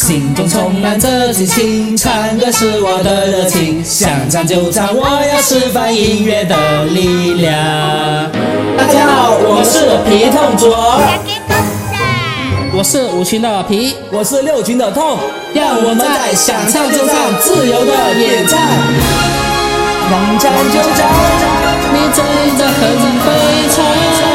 心中充满着激情，唱歌是我的热情，想唱就唱，我要示范音乐的力量。大家好，我是皮痛卓， 我是5群的皮， 我是6群的痛，让我们在想唱就唱，自由的演唱，想唱就唱， 你真的很悲惨。